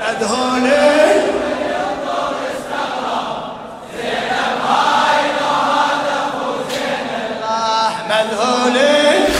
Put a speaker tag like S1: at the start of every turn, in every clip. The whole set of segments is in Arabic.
S1: مذهولين مذهولين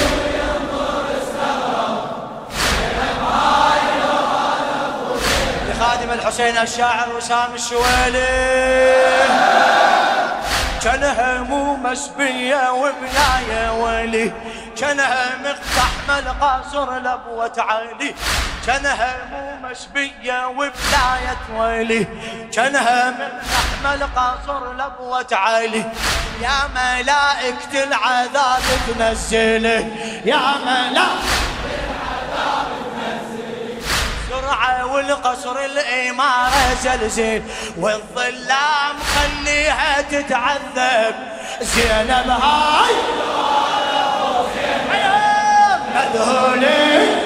S1: لخادم الحسين الشاعر وسام الشويلي كانها مو مسبية وبناية ولي كانها مقتحمة القاصر لبوة علي كانها مو مسبية وبناية ولي كانها مقتحمة القاصر لبوة علي يا ملائكة العذاب تنزله يا ملائكة العذاب تنزله سرعة والقصر الإمارة زلزل والظلام خليها تتعذب زينب هاي مذهولين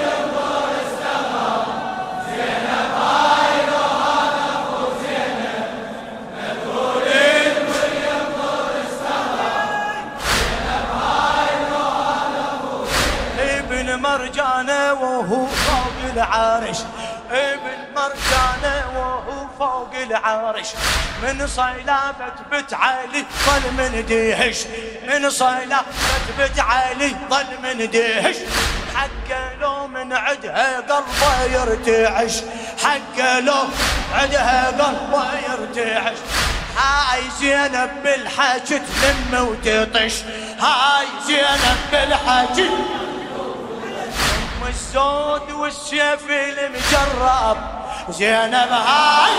S1: مرجانة وهو فوق العرش ابن مرجانة وهو فوق العرش من صيلابة بت علي ظل من دهش من صيلابة بت علي ظل من دهش حق لو من عدها قلبه يرتعش حق لو عدها قلبه يرتعش هاي زينب بالحكي تلم وتطش هاي زينب بالحكي والزود والسيف المجرب زينب هاي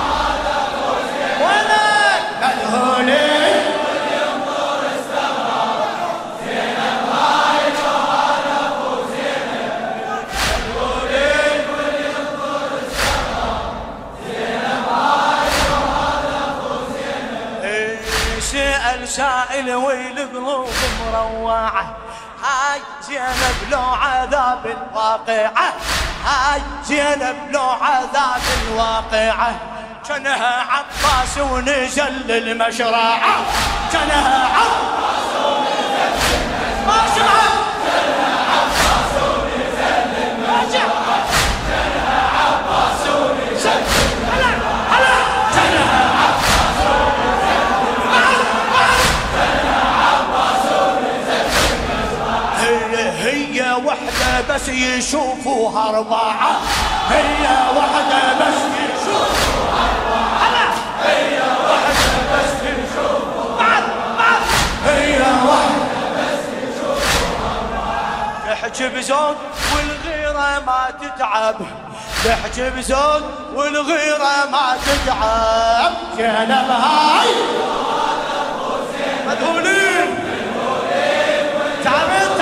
S1: ولد مذهولين والينظر استغرب زينب هاي وهذا ابو زينب مذهولين والينظر استغرب زينب هاي وهذا ابو زينب سأل سائل والقلوب مروعه هاي زينب لو عذاب الواقعة هاي زينب لو عذاب الواقعة كانها عباس ونزل المشرعة كانها عباس ونزل المشرعة كانها عباس ونزل المشرعة كانها عباس ونزل وحدة بس يشوفوها أربعة هي وحدة بس يشوفوها أربعة هي وحدة بس يشوفوها أربعة هي وحدة بس يشوفوها أربعة تحكي بزود والغيرة ما تتعب تحكي بزود والغيرة ما تتعب زينب هاي مذهولين تعبت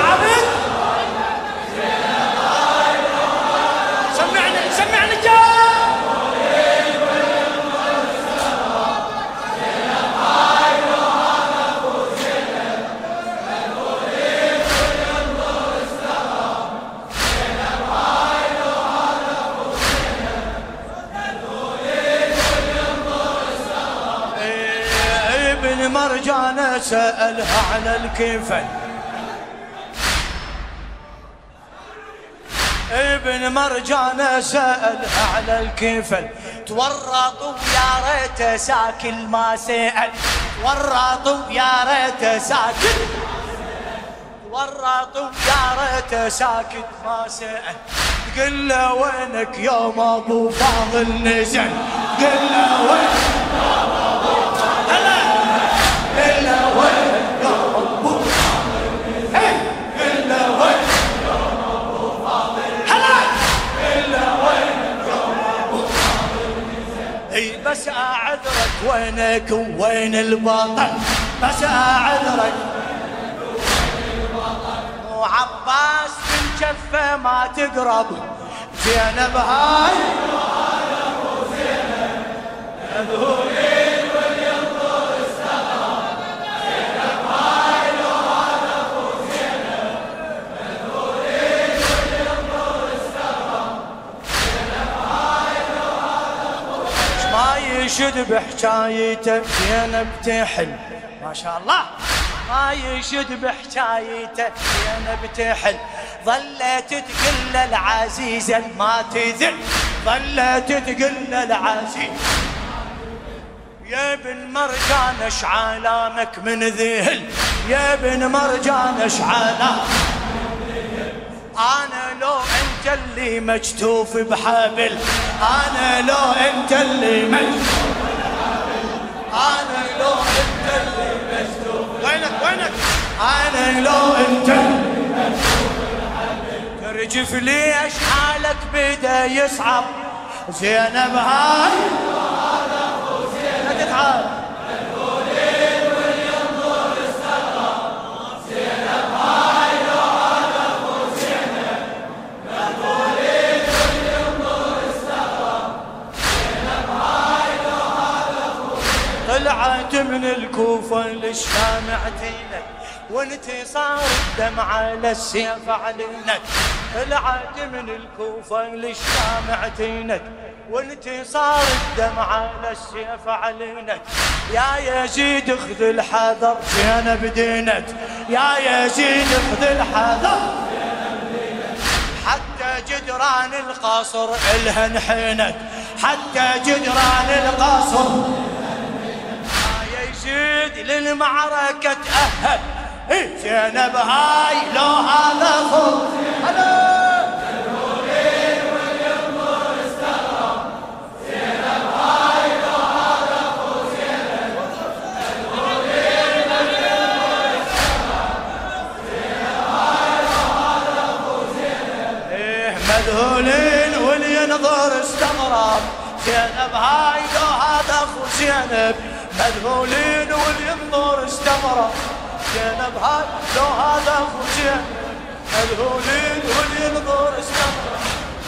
S1: سمعني ابن مرجانة سألها على الكفن ابن مرجانة سألها على الكفن تورطوا يا ريت ساكن ما سأل تورطوا يا ريت ساكن تورطوا يا ريت ساكت ما سأل قل له وينك يوم ابو فاضل نزل قل له وينك يوم ابو فاضل قل له وينك يوم ابو فاضل نزل قل له وينك يوم ابو فاضل قل له وينك يوم ابو فاضل نزل اي بس اعذرك وينك وين البطل بس اعذرك وعباس من كفه ما تقرب زينب هاي وهذا ابو زينب مذهولين والينظر استغرب زينب هاي وهذا ابو زينب مذهولين والينظر استغرب زينب هاي وهذا ابو زينب ما يشد بحكايته زينب تحل ما شاء الله ما يشد بحكايته زينب تحل ظلت تقل العزيزة ما تذل ظلت تقل العزيز يا ابن مرجان اش علامك من ذهل، يا ابن مرجان اش علامك. انا لو انت اللي مجتوف بحبل، انا لو انت اللي مجتوف بحبل، انا لو انت اللي مجتوف. وينك انا لو انت اللي مجتوف بحبل. ترجف ليش حالك بدا يصعب زينب هاي لا تتعب. مدهولين والينظر استغرب زينب هاي لو هذا ابو زينب. مدهولين والينظر استغرب زينب هاي لو هذا ابو زينب. طلعت من الكوفة للشام اعتينك وانتي صار الدم على السيف علينك. طلعت من الكوفة للشام اعتينك وانتي صار الدم على السيف علينك. يا يزيد اخذ الحذر زينب دينك، يا يزيد اخذ الحذر زينب دينك. حتى جدران القصر الها نحينك، حتى جدران القصر يا يزيد للمعركة تأهب. زينب هاي لو هذا خذ مذهولين والينظر استغرب زينب هاي لو هذا اخو زينب. مذهولين والينظر استغرب زينب هاي لو هذا اخو زينب. مذهولين والينظر استغرب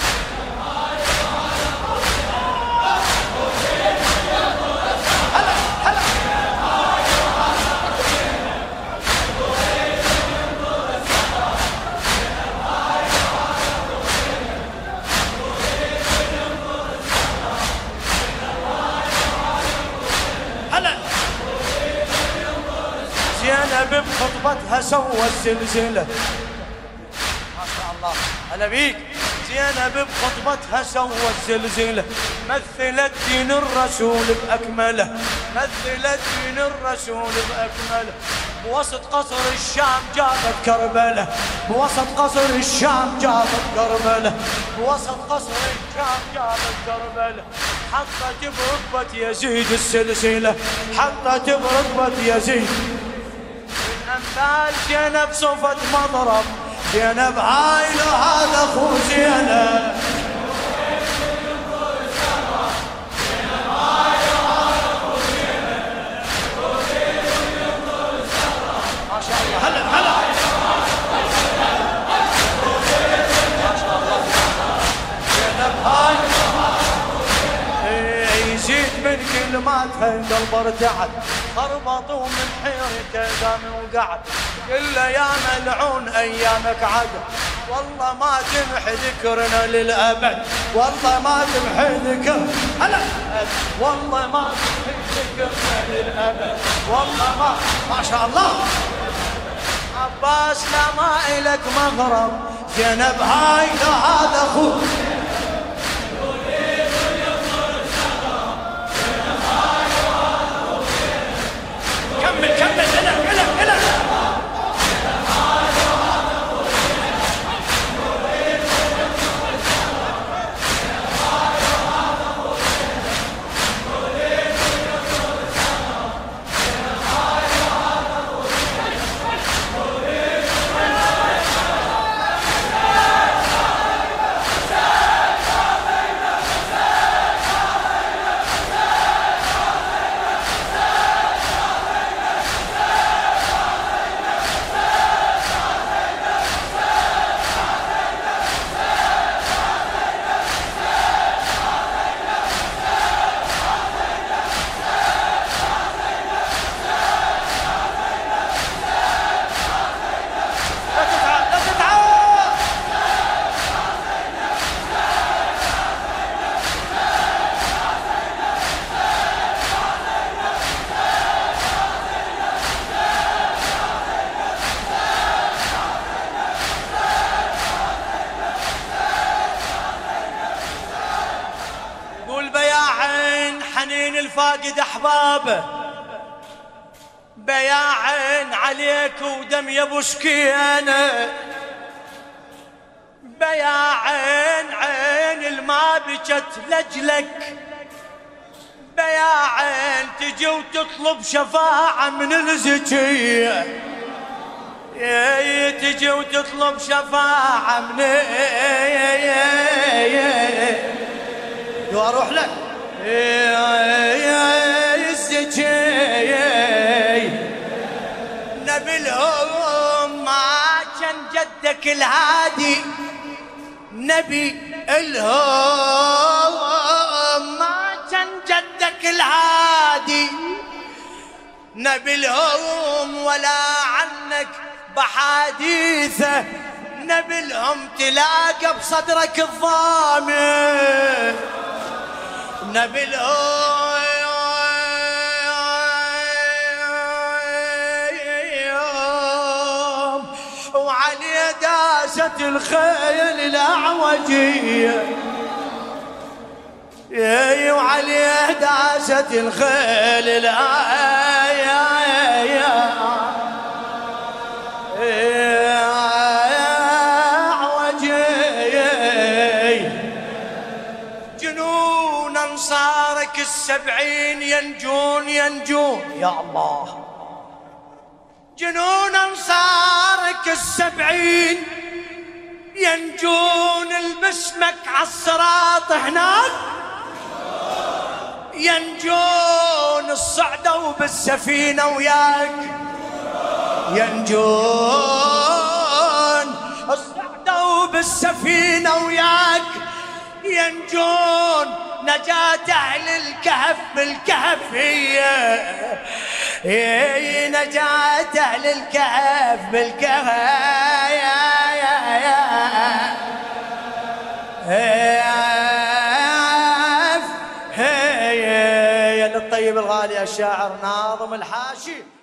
S1: زينب بخطبتها سوى الزلزلة. ما شاء الله هلا بيك. زينب بخطبتها سوى الزلزلة، مثلت دين الرسول بأكمله، مثلت دين الرسول بأكمله. بوسط قصر الشام جابت كربلة، بوسط قصر الشام جابت كربلة، بوسط قصر الشام جابت كربلة. حطت بركبة يزيد السلسلة، حطت بركبة يزيد. أمثال زينب صفت مضرب زينب هاي لو هذا اخو زينب. ما شاء الله هلا هلا ما شاء الله زينب هاي يزيد من كلماتها القلب ارتعد. خربطوا من حيرته قام وقعد. إلا يا ملعون أيامك عدل، والله ما تمحي ذكرنا للأبد، والله ما تمحي ذكرنا هلا، والله ما تمحي ذكرنا للأبد، والله ما شاء الله. عباس لا ما إلك مغرب زينب هاي لا هذا أخوك. كمل هنا حنين الفاقد أحبابه، بياع عليك ودم يا ابو سكينه، بياع عين الما بجت لجلك، بياع تجي وتطلب شفاعة من الزكية، تجي وتطلب شفاعة من واروح لك الزكية. نبي الهم ما كان جدك الهادي، نبي الهم ما كان جدك الهادي، نبي الهم ولا عنك بحديثه، نبي الهم تلاقى بصدرك الضامن، نبي الهم وعلي داسة الخيل الأعوجية، وعلي داسة الخيل الأعوجية، جنون أنصارك السبعين ينجون ينجون يا الله، جنون أنصارك السبعين ينجون، البسمك عالصراط هناك ينجون، الصعدة بالسفينة وياك ينجون، الصعدة بالسفينة وياك ينجون، نجاة أهل الكهف بالكهف هي نجاة أهل الكهف بالكهف هي للطيب الغالي الشاعر ناظم الحاشي.